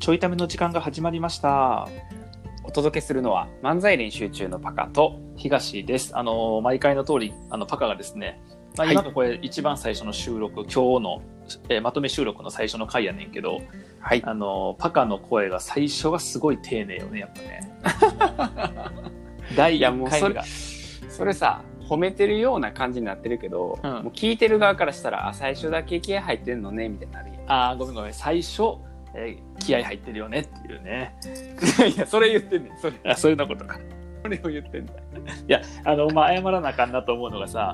ちょいための時間が始まりました。 お届けするのは漫才練習中のパカと東です。毎回の通りパカがですね、今がこれ一番最初の収録、今日の、まとめ収録の最初の回やねんけど、 はい、 パカの声が最初がすごい丁寧よね、やっぱね。第1回目がそれさ、褒めてるような感じになってるけど、もう聞いてる側からしたら最初だけ気合入ってんのねみたいになるやん。 ごめん最初、気合入ってるよねっていうね。 いや、それ言ってんねん。 そういうのことか。 それを言ってんだ。いや、謝らなあかんなと思うのがさ、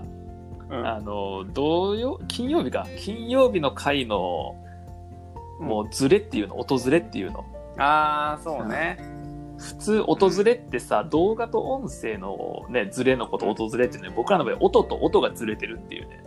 金曜日の回のもうズレっていうの、音ズレっていうの。 ああ、そうね。 普通音ズレってさ、動画と音声のねズレのこと音ズレっていうのに、僕らの場合音と音がズレてるっていうね。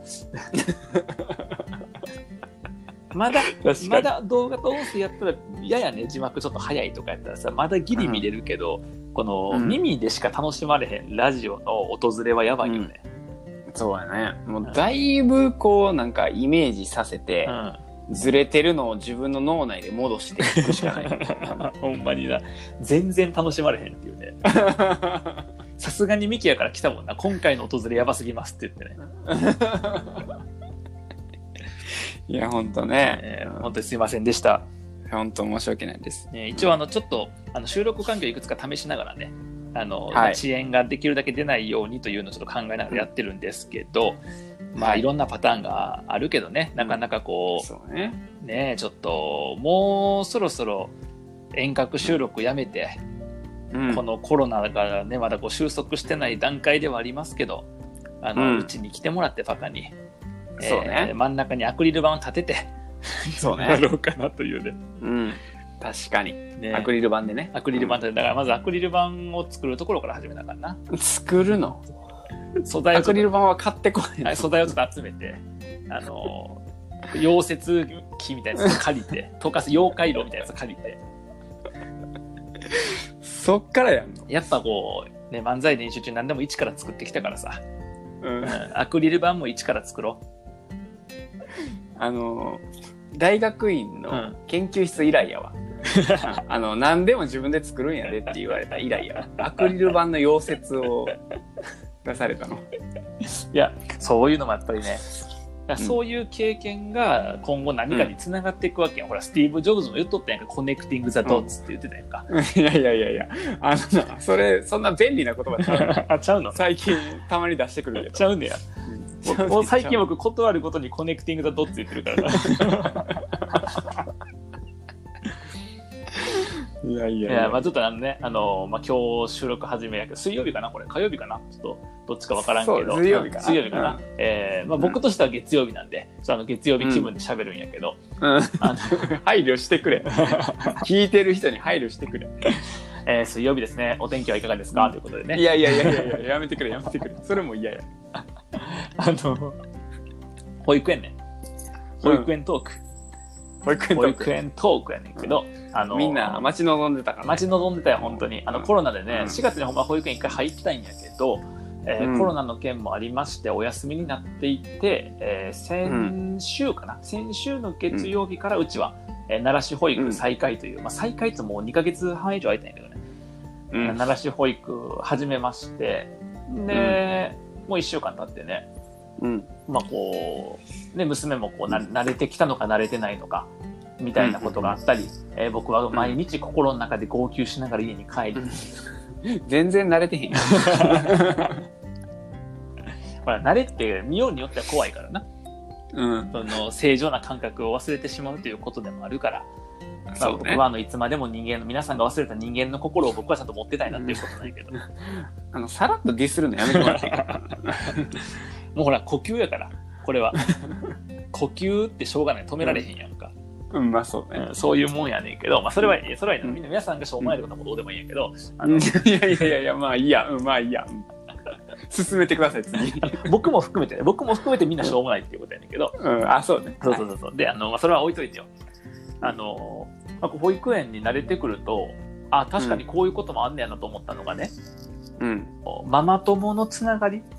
まだ動画と音声やったらややね字幕ちょっと早いとかやったらさ、まだギリ見れるけど、この耳でしか楽しまれへんラジオの音ズレはやばいよね。 そうやね。もうだいぶこうなんかイメージさせて、ずれてるのを自分の脳内で戻していくしかない。 ほんまにな、全然楽しまれへんっていうね。さすがにミキヤから来たもんな、今回の音ずれやばすぎますって言ってね。 いやほんとね、 本当にすいませんでした。 本当申し訳ないです。 一応ちょっと収録環境いくつか試しながらね、遅延ができるだけ出ないようにというのをちょっと考えながらやってるんですけど、いろんなパターンがあるけどね、なかなかこう、 そうね、 ちょっともうそろそろ遠隔収録やめて、このコロナがねまだこう収束してない段階ではありますけど、うちに来てもらってパカに、 そうね、 真ん中にアクリル板を立ててそうね、 やろうかなというね。 確かに、アクリル板でね。 アクリル板で、だからまずアクリル板を作るところから始めなあかんな。 作るの？ 素材をアクリル板は買ってこない。 素材をちょっと集めて、溶接機みたいなやつ借りて、溶かす溶解炉みたいなやつ借りて。 そっからやんの？ やっぱこう、ね、漫才練習中何でも一から作ってきたからさ、アクリル板も一から作ろう。大学院の研究室以来やわ。何でも自分で作るんやでって言われた以来やわ。アクリル板の溶接を出されたの。 いや、そういうのもやっぱりね、そういう経験が今後何かに繋がっていくわけやん。ほら、スティーブ・ジョブズも言っとったやんか、コネクティング・ザ・ドッツって言ってたやんか。 いや、そんな便利な言葉ちゃうの。 ちゃうの？ 最近たまに出してくるけど。 ちゃうねや。もう最近僕断るごとにコネクティング・ザ・ドッツ言ってるからな。いや、ちょっと今日収録始めやけど、水曜日かなこれ、火曜日かなちょっとどっちかわからんけど、 水曜日かな。僕としては月曜日なんで、月曜日気分で喋るんやけど、 配慮してくれ。聞いてる人に配慮してくれ。 水曜日ですね。お天気はいかがですか、ということでね。 いや、やめてくれ。それも嫌や。 保育園ね。保育園トーク。保育園トークやねんけど、 みんな待ち望んでたから、ね。 待ち望んでたよ、本当に。コロナでね、4月にほんま保育園一回入ったんやけど、コロナの件もありましてお休みになっていて、先週の月曜日からうちは、奈良市保育再開という、再開ってもう2ヶ月半以上空いたんやけどね、奈良市保育始めまして、で、もう1週間経ってね、こう、ね、娘もこう慣れてきたのか慣れてないのか、みたいなことがあったり、僕は毎日心の中で号泣しながら家に帰り。 全然慣れてへん。 ほら、慣れって見ようによっては怖いからな。正常な感覚を忘れてしまうということでもあるから、僕はいつまでも皆さんが忘れた人間の心を僕はちゃんと持ってたいなっていうことなんやけど。 さらっとディスるのやめてもらっていいか。 もうほら、呼吸やから、これは。呼吸ってしょうがない。止められへんやんか。 そうね。 そういうもんやねんけど、それはいい。皆さんがしょうもないことはどうでもいいんやけど。 いや、まあいいや。進めてください、次。 僕も含めてみんなしょうもないっていうことやねんけど。 そうね。 そう。で、それは置いといてよ。保育園に慣れてくると、確かにこういうこともあんねやなと思ったのがね、ママ友のつながり、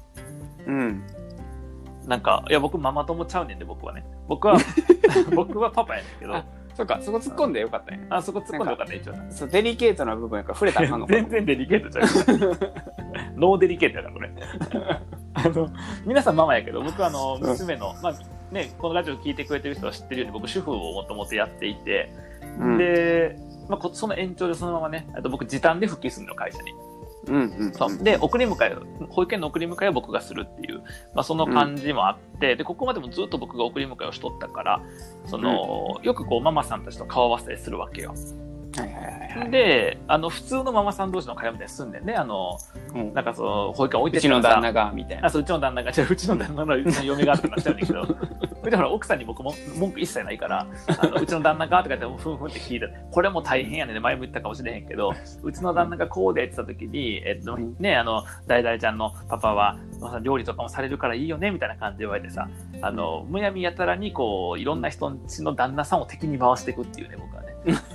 僕ママ友ちゃうねんで、僕はね。僕はパパやねんけど、 そうか、そこ突っ込んでよかったね。 あそこ突っ込んでよかった一応。 そう、デリケートな部分やから触れたらあかんのかな。 全然デリケートじゃん。ノーデリケートやなこれ。皆さんママやけど、僕娘の、まあね、このラジオ聞いてくれてる人は知ってるように僕主婦をもともとやっていて、で、まあ、その延長でそのままね、あと僕時短で復帰するの会社に。そうで送り迎え保育園の送り迎えを僕がするっていう、まあ、その感じもあって、でここまでもずっと僕が送り迎えをしとったからよくこうママさんたちと顔合わせたりするわけよ。で普通のママさん同士の会話みたいにすんでねなんか保育園置いてうちの旦那がみたいな。 うちの旦那がうちの旦那の嫁がってなっちゃうんだけどでほら奥さんに僕も文句一切ないからうちの旦那がとか言ってふんふんって聞いてこれも大変やねん前も言ったかもしれへんけどうちの旦那がこうでって言った時にね大々ちゃんのパパは料理とかもされるからいいよねみたいな感じで言われてさむやみやたらにこういろんな人の旦那さんを敵に回していくっていうね僕はね。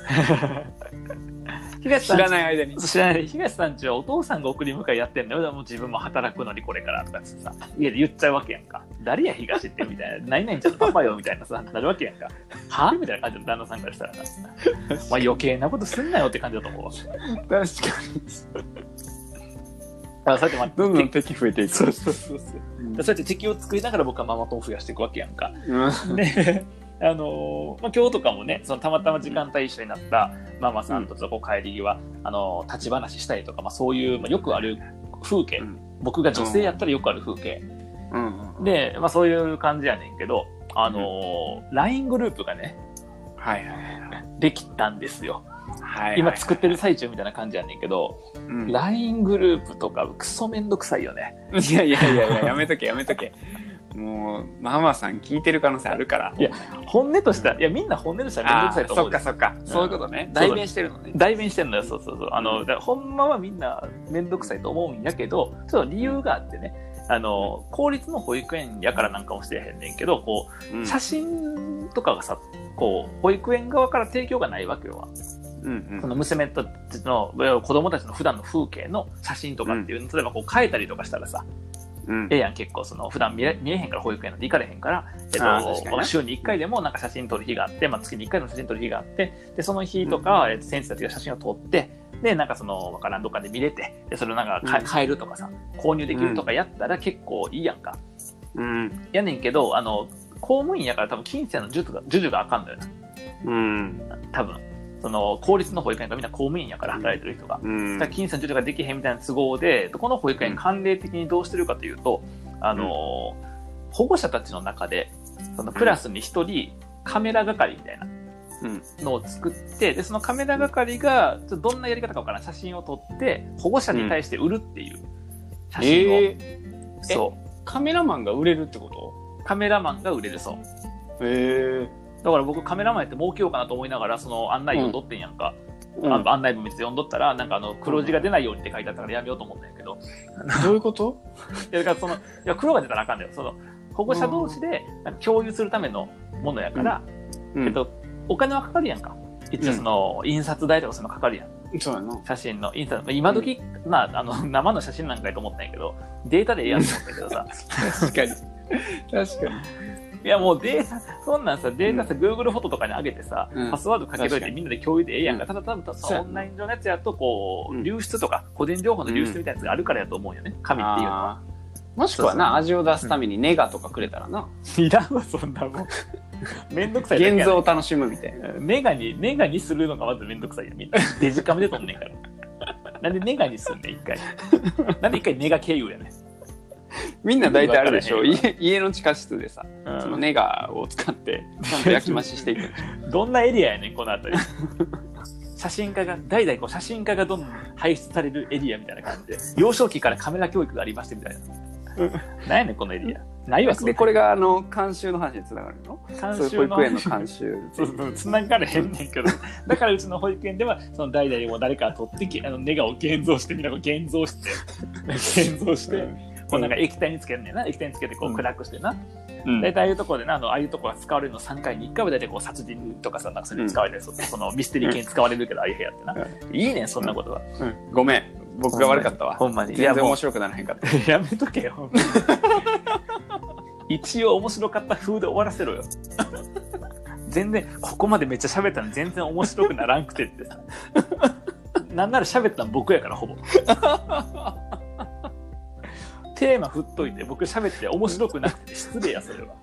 知らない間に東さんちはお父さんが送り迎えやってんのよもう自分も働くのにこれからとかってさ家で言っちゃうわけやんか誰や東ってみたいな何々ちゃんのパパよみたいなさなるわけやんかはみたいな感じの旦那さんからしたらさまあ余計なことすんなよって感じだと思うわ確かにそうやってどんどん敵増えていくそうそうやって敵を作りながら僕はママ友を増やしていくわけやんかでまあ、今日とかもねたまたま時間帯一緒になったママさんとこう帰り際立ち話したりとか、まあ、そういう、まあ、よくある風景、僕が女性やったらよくある風景、で、まあ、そういう感じやねんけどLINE グループがね、できたんですよ。今作ってる最中みたいな感じやねんけど、LINE グループとかクソめんどくさいよね。 いややめとけもうママさん聞いてる可能性あるから。 いや本音としたらみんな本音としたらめんどくさいと思う。 そっか、そういうことね。代弁してるのね。 代弁してるのよ。そうほんまはみんなめんどくさいと思うんやけどちょっと理由があってね公立の保育園やからなんかもしれへんねんけどこう、写真とかがさこう保育園側から提供がないわけよ。その娘たちの子供たちの普段の風景の写真とかっていうの、例えばこう変えたりとかしたらさ、ええやん結構普段見えへんから保育園なんて行かれへんから、週に1回でもなんか写真撮る日があって、まあ、月に1回の写真撮る日があってでその日とかは先生たちが写真を撮ってでなんかわからんどっかで見れてでそれをなんか買えるとかさ購入できるとかやったら結構いいやんか、やねんけど公務員やから多分金銭の授受があかんのよな、多分公立の保育園がみんな公務員やから働いてる人が、だから金銭の授受ができへんみたいな都合でこの保育園慣例的にどうしてるかというと保護者たちの中でクラスに一人カメラ係みたいなのを作ってでそのカメラ係がどんなやり方かわからん写真を撮って保護者に対して売るっていう写真を、そうカメラマンが売れるってこと？ カメラマンが売れるそうだから僕カメラマンやって儲けようかなと思いながらその案内読んどってんやんか、案内文見て読んどったらなんか黒字が出ないようにって書いてあったからやめようと思ったんやけどどういうこと？ いやだから黒が出たらあかんだよ保護者同士で共有するためのものやから、お金はかかるやんか一応印刷代とかそのかかるやん、 そうやな写真の印刷今時、生の写真なんかやと思ったんやけどデータでええやんと思ったけどさ確かにいやもうデータそんなんさデータさ、Google フォトとかに上げてさ、パスワードかけといてみんなで共有でええやんか、ただ多分オンライン上のやつやとこう、流出とか個人情報の流出みたいなやつがあるからやと思うよね、紙っていうのは。 もしくはな味を出すためにネガとかくれたらな、 いらんわそんなもんめんどくさいだけやね現像を楽しむみたいな。 ネガにするのがまずめんどくさいよみんなデジカメで撮んねんからなんでネガにすんねん一回なんで一回ネガ経由やねんみんな大体あるでしょ家の地下室でさ、そのネガを使ってちゃんと焼き増ししていくどんなエリアやねんこの辺り写真家が代々こう写真家がどんどん輩出されるエリアみたいな感じで幼少期からカメラ教育がありましてみたいな何やねんこのエリアないわでこれが監修の話につながるの？ 監修の保育園の監修そうつながれへんねんけどだからうちの保育園ではその代々も誰か取ってネガを現像してみんな現像してこうなんか液体につけるねんな液体につけてこう暗くしてな、大体ああいうところでなああいうところが使われるの3回に1回は大体こう殺人とかさなんかそれに使われる、そのミステリー系に使われるけどああいう部屋ってな、いいねんそんなことは、 ごめん僕が悪かったわほんまに全然面白くならへんかったやめとけよほんまに一応面白かった風で終わらせろよ全然ここまでめっちゃ喋ったのに全然面白くならんくてってさなんなら喋ったの僕やからほぼテーマ振っといて僕喋って面白くなくて失礼やそれは。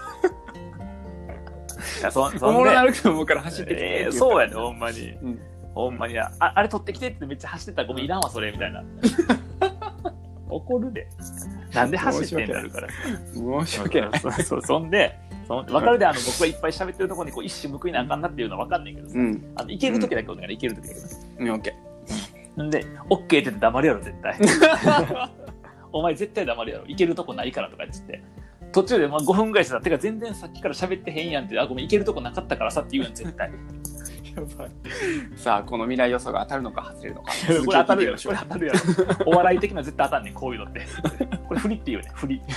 いやそんでおもろなると思うから走ってきて、 そうやねほんまに、ほんまにあれ取ってきてってめっちゃ走ってたらごめんいらんわそれみたいな怒るでなんで走ってんだるから申し訳ない。 そんで分かるで僕がいっぱい喋ってるところにこう一矢報いなあかんなっていうのは分かんないけどさ、行ける時だけお願い、行ける時だけオッケー。んで OK って言って黙るやろ絶対お前絶対黙るやろ行けるとこないからとか言って途中で5分ぐらいしてたてか全然さっきから喋ってへんやんってごめん行けるとこなかったからさって言うやん絶対やばい。さあこの未来予想が当たるのか外れるのかこれ当たるやろこれ当たるやろお笑い的には絶対当たんねんこういうのってこれ振りって言うね振り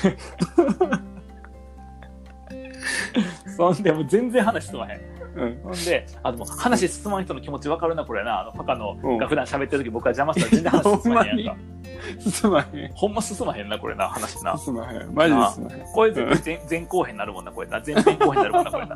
そんでもう全然話進まへん、ほんででも話進まん人の気持ち分かるなこれなパカのが普段喋ってる時僕は邪魔したら全然話進まへんやんか進まへんほんま進まへんなこれな話な進まへんマジで進まへんこれ前後編になるもんなこれな前編後編になるもんなこれ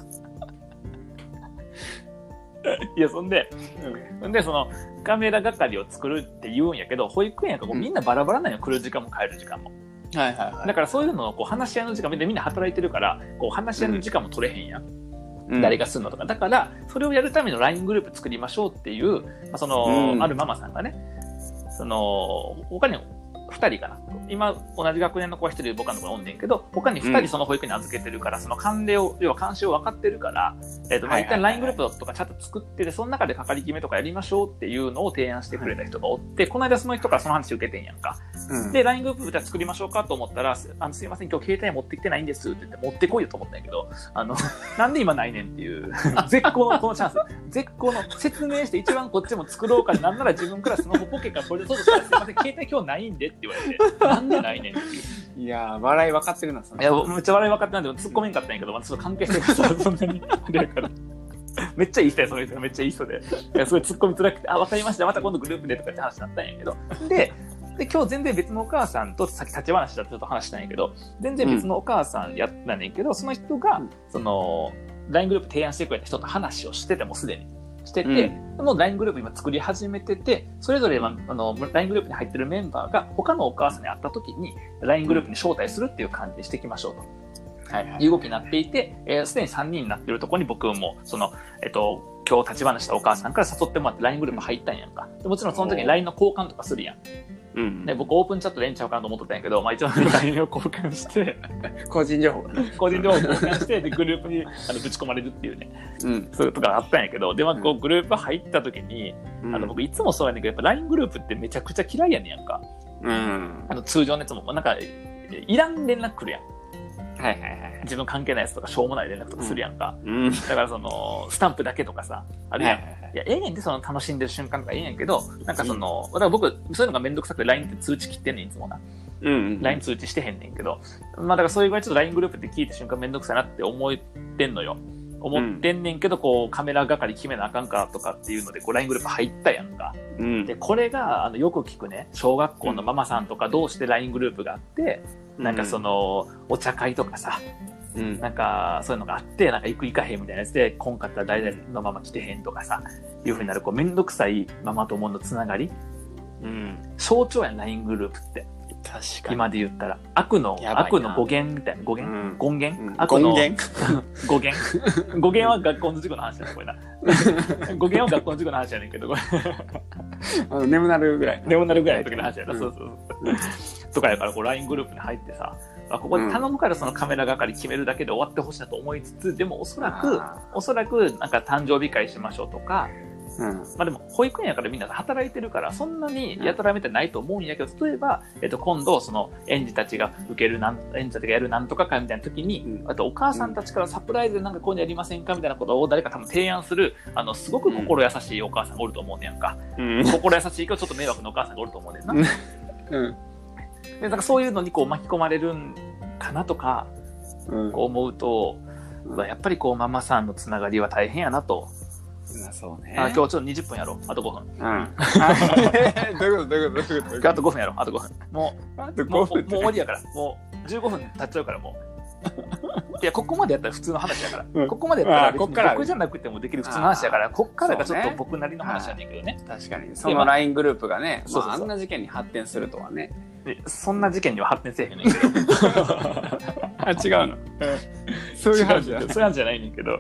ないやそんでそのカメラ係を作るって言うんやけど保育園やからみんなバラバラなんよ来る時間も帰る時間もはいはいはい、 だからそういうのをこう話し合いの時間でみんな働いてるからこう話し合いの時間も取れへんやん、誰がするのとかだからそれをやるための LINE グループ作りましょうっていう、その、あるママさんがねその他に2人かな今同じ学年の子は1人僕のところにおんねんけど他に2人その保育園に預けてるから、その慣例を要は慣習を分かってるから、一旦 LINE グループとかチャット作っててその中で係決めとかやりましょうっていうのを提案してくれた人がおって、この間その人からその話受けてんやんか、で LINE グループじゃあ作りましょうかと思ったらすいません今日携帯持ってきてないんですって言って持ってこいよと思ったんやけどなんで今ないねんっていう絶好のこのチャンス絶好の説明して一番こっちも作ろうかなんなら自分からスマホポケからこれでそうとしたらすいません携帯今日ないんでって言われてなんでないねんっていういやー笑い分かってるなそいやめっちゃ笑い分かってないんで突っ込めんかったんやけど、ちょっと関係してるからそんなにあれやからめっちゃいい人やその人めっちゃいい人ですごい突っ込みづらくて分かりましたまた今度グループでとかって話になったんやけどで今日全然別のお母さんとさっき立ち話だってちょっと話したんやけど全然別のお母さんやったねんけど、その人がその LINE グループ提案してくれた人と話をしててもすでにしてて、もう LINE グループ今作り始めててそれぞれLINE グループに入ってるメンバーが他のお母さんに会った時に LINE グループに招待するっていう感じにしていきましょうと、いう動きになっていてすでに3人になってるところに僕もその今日立ち話したお母さんから誘ってもらって LINE グループ入ったんやんか。でもちろんその時に LINE の交換とかするやん。で僕オープンチャットでええんちゃうかなと思ってたんやけど、一応 LINE を交換して個人情報交換してでグループにぶち込まれるっていうね、そういうとこがあったんやけど、でこうグループ入った時に、僕いつもそうやねんけどやっぱ LINE グループってめちゃくちゃ嫌いやねんやんか。通常のやつもなんかいらん連絡来るやん。自分関係ないやつとかしょうもない連絡とかするやんか、だからそのスタンプだけとかさあるやん、いやええねんでその楽しんでる瞬間とかええねんけどなんかその、だから僕そういうのがめんどくさくて LINE って通知切ってんねんいつもな、LINE 通知してへんねんけど、だからそういうぐらいちょっと LINE グループって聞いた瞬間めんどくさいなって思ってんのよ。思ってんねんけどこうカメラ係決めなあかんかとかっていうのでこう LINE グループ入ったやんか、でこれがよく聞くね小学校のママさんとかどうして LINE グループがあって、なんかそのお茶会とかさ、なんかそういうのがあってなんか行かへんみたいなやつでこんかったら誰々のママ来てへんとかさいう風になるこうめんどくさいママ友のつながり、象徴やん LINE グループって確かに今で言ったら悪の語源みたいな語源、悪の語源は学校の授業の話だねこれな語源は学校の授業の話やねんけどこれ眠なるぐらいの時の話やな、そうとかやからこう LINE グループに入ってさここで頼むからそのカメラ係決めるだけで終わってほしいなと思いつつ、でもおそらくなんか誕生日会しましょうとか、でも保育園やからみんな働いてるからそんなにやたらめてないと思うんやけど、例えば、今度その園児たちがやるなんとか会みたいな時に、あとお母さんたちからサプライズでなんかこういうのやりませんかみたいなことを誰か多分提案するすごく心優しいお母さんがおると思うねやんか、心優しいけどちょっと迷惑のお母さんがおると思うねんな、でなんかそういうのにこう巻き込まれるんかなとか、こう思うとやっぱりこうママさんのつながりは大変やなと。 そうね。 今日ちょっと20分やろう。あと5分。 どういうことあと5分やろう。あと5分。もう終わりやから。もう15分経っちゃうからもう。 いや、ここまでやったら普通の話だから。 うんここまでやったら別こっからに僕じゃなくてもできる普通の話だから、こっからがちょっと僕なりの話やねんけどね。 確かに。その LINE グループがね、 そうそうそうあんな事件に発展するとはね。 でそんな事件には発展せえへんねんけど。 あ、違うの。そういう話だ。 そういう話じゃないねんけど、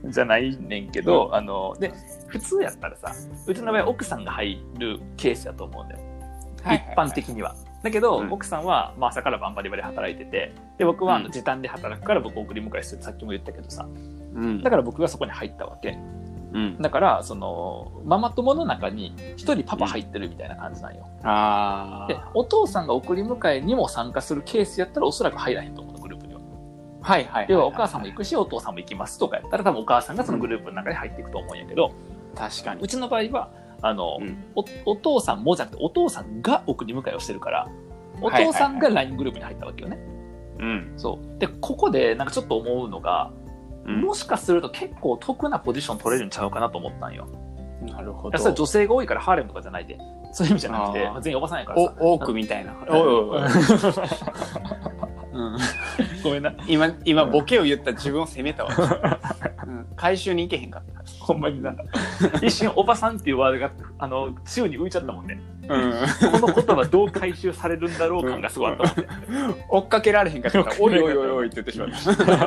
で、普通やったらさ、うちの場合奥さんが入るケースだと思うんだよ。一般的には。だけど、奥さんは、まあ、朝から晩バリバリ働いてて、で、僕は時短で働くから僕送り迎えするってさっきも言ったけどさ、だから僕がそこに入ったわけ。だから、その、ママ友の中に一人パパ入ってるみたいな感じなんよ。で、お父さんが送り迎えにも参加するケースやったらおそらく入らへんと思うの、グループには。要はお母さんも行くし、お父さんも行きますとかやったら多分お母さんがそのグループの中に入っていくと思うんやけど、 確かに。 うちの場合は、お父さんもじゃなくてお父さんが送り迎えをしてるからお父さんが LINE グループに入ったわけよね。そうでここでなんかちょっと思うのが、もしかすると結構得なポジション取れるんちゃうかなと思ったんよ。 なるほど。 それは女性が多いからハーレムとかじゃないで、そういう意味じゃなくて全員おばさんやからさ、 多くみたいな。 ごめんな、 今ボケを言った自分を責めたわ。回収に行けへんかった。 ほんまになんか一瞬おばさんっていうワードが宙に浮いちゃったもんね。この言葉どう回収されるんだろう感がすごいあったもんね。 追っかけられへんかったからおいおいおいおいって言ってしまった。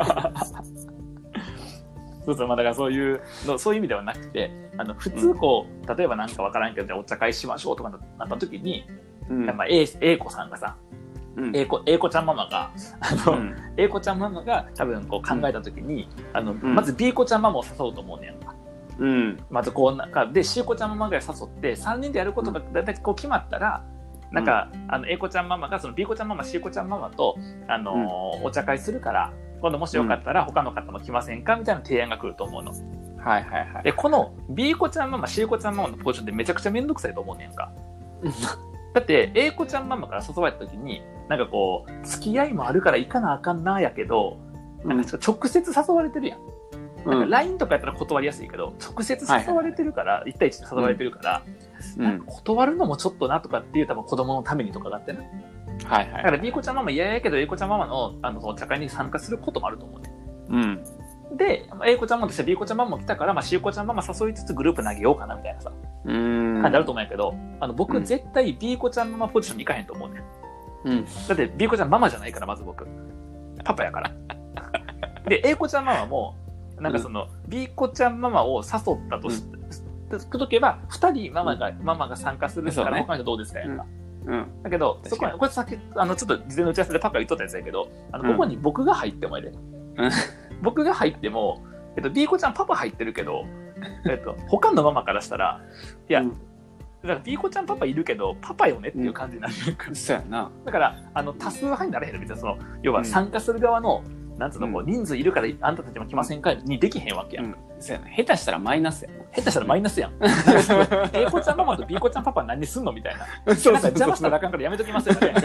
そうそう、まあだからそういう意味ではなくて、普通こう、例えばなんかわからんけどじゃあお茶会しましょうとかなった時に、まあ A 子さんがさ、A 子ちゃんママがA 子ちゃんママが多分こう考えた時に、まず B 子ちゃんママを誘うと思うねんか。まずこうなんかで C 子ちゃんママが誘って3人でやることがだいたいこう決まったら、なんかA 子ちゃんママがその B 子ちゃんママ C 子ちゃんママとお茶会するから今度もしよかったら他の方も来ませんかみたいな提案が来ると思うの。でこの B 子ちゃんママ C 子ちゃんママのポジションってめちゃくちゃめんどくさいと思うねんか。だって A 子ちゃんママから誘われた時になんかこう付き合いもあるから行かなあかんなやけど、なんか直接誘われてるやん。なんか LINE とかやったら断りやすいけど、直接誘われてるから、1対1で誘われてるから、なんか断るのもちょっとなとかっていう多分子供のためにとかがあってな。だから B 子ちゃんママ嫌やけど A 子ちゃんママのその茶会に参加することもあると思うね。で A 子ちゃんママとして B 子ちゃんママも来たから、まあ、C 子ちゃんママ誘いつつグループ投げようかなみたいなさ感じあると思うんやけど、僕絶対 B 子ちゃんママポジションに行かへんと思うね。だって B 子ちゃんママじゃないからまず僕パパやから。で A 子ちゃんママもなんかその B 子ちゃんママを誘ったととけば2人ママが参加するから他の人どうですかやんか。だけどそこはこれさっきちょっと事前の打ち合わせでパパが言っとったやつやけど、ここに僕が入っても僕が入っても、B 子ちゃんパパ入ってるけど、他のママからしたらいや、だから B 子ちゃんパパいるけどパパよねっていう感じになるから、 そうやな。 だから多数派になれへんの。別にその要は参加する側のなんつうのこう人数いるからあんたたちも来ませんかにできへんわけやん。 そうやな。下手したらマイナスやん。 下手したらマイナスやん。A 子ちゃんママと B 子ちゃんパパ何すんのみたいな。なんか邪魔したらあかんからやめときますよね。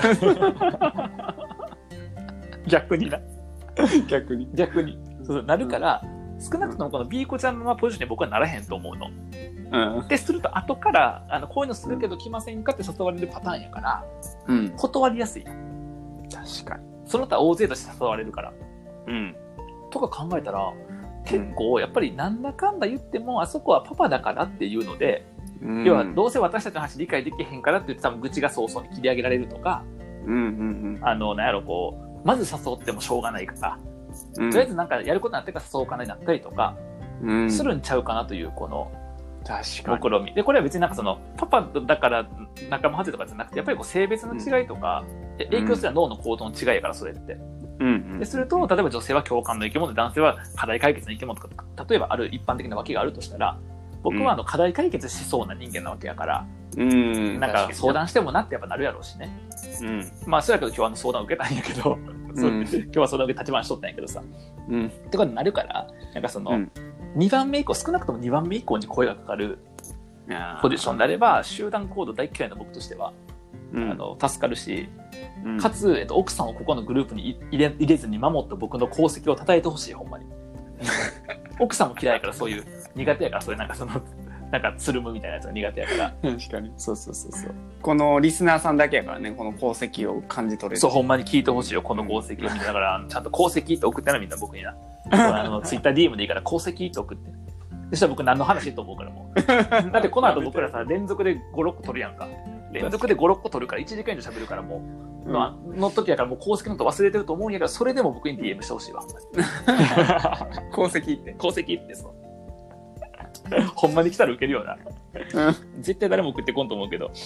逆にな。逆にそうなるから、少なくともこの B 子ちゃんママポジションに僕はならへんと思うの。ですると後からこういうのするけど来ませんかって誘われるパターンやから、断りやすい。 確かに。 その他大勢として誘われるから。とか考えたら結構やっぱりなんだかんだ言ってもあそこはパパだからっていうので、要はどうせ私たちの話理解できへんからって言って多分愚痴が早々に切り上げられるとか、なんやろこうまず誘ってもしょうがないから、とりあえずなんかやることになってから誘おうかなになったりとかするんちゃうかなというこの目論みで、これは別になんかそのパパだから仲間外れとかじゃなくてやっぱりこう性別の違いとか、影響するのは脳の行動の違いやからそれって。ですると例えば女性は共感の生き物で男性は課題解決の生き物とか例えばある一般的な訳があるとしたら、僕は課題解決しそうな人間なわけやから、なんか相談してもなってやっぱなるやろうしね。まあそうやけど今日相談受けたんやけど、今日は相談受け立場にしとったんやけどさ、ってことになるからなんかその、2番目以降少なくとも2番目以降に声がかかるポジションであれば集団行動大嫌いな僕としては、助かるし、かつ、奥さんをここのグループに入れずに守った僕の功績を称えてほしい。ほんまに奥さんも嫌いやからそういう苦手やから、それなんかそのなんかつるむみたいなやつが苦手やから。 確かに。 そうそうそうそう。 このリスナーさんだけやからね、この功績を感じ取れる。 そう、ほんまに聞いてほしいよ、この功績を見ながら、ちゃんと功績って送ってな、みんな僕にな。ツイッター DM でいいから功績って送って。そしたら僕何の話と思うからもう。だってこの後僕らさ、連続で5、6個取るやんか。連続で5、6個取るから1時間以上喋るからもう、の時やからもう功績のこと忘れてると思うんやけど、それでも僕に DM してほしいわ。 功績って。 功績ってそう。ほんまに来たらウケるような。絶対誰も送ってこんと思うけど。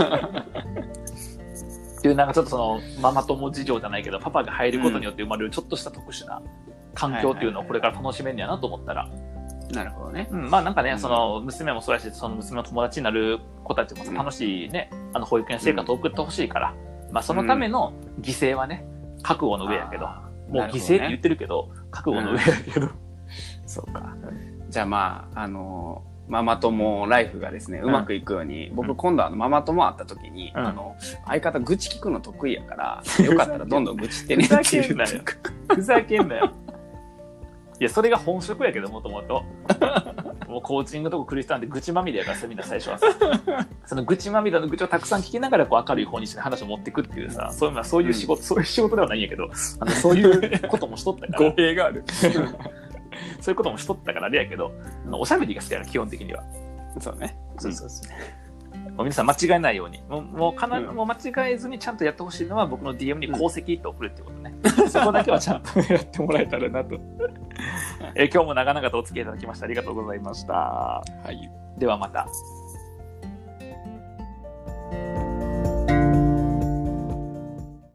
っていうなんかちょっとそのママ友事情じゃないけど、パパが入ることによって生まれるちょっとした特殊な環境っていうのをこれから楽しめんねやなと思ったら。 なるほどね。 まあなんかね、その娘もそうやし、その娘の友達になる子たちも楽しいね、保育園生活を送ってほしいから、まあそのための犠牲はね、覚悟の上やけど、もう犠牲って言ってるけど、覚悟の上やけど。 そうか。じゃあまあ、ママ友ライフがですね、うまくいくように、僕今度ママ友会った時に、相方愚痴聞くの得意やから、よかったらどんどん愚痴ってねっていう。 ふざけんなよ。いや、それが本職やけど、もともと。もうコーチングとかクリスタンで愚痴まみれやからさ、みんな最初はさ。その愚痴まみれの愚痴をたくさん聞きながら、こう明るい方にして話を持っていくっていうさ、そういう仕事、そういう仕事ではないんやけど、そういうこともしとったから。 語弊がある。 そういうこともしとったからあれやけど、おしゃべりが好きやな、基本的には。 そうね。 そうそうそう。もう皆さん間違えないように、もう間違えずにちゃんとやってほしいのは僕の DM に功績って送るってことね。そこだけはちゃんとやってもらえたらなと。今日も長々とお付き合いいただきましてありがとうございました。 はい。 ではまた。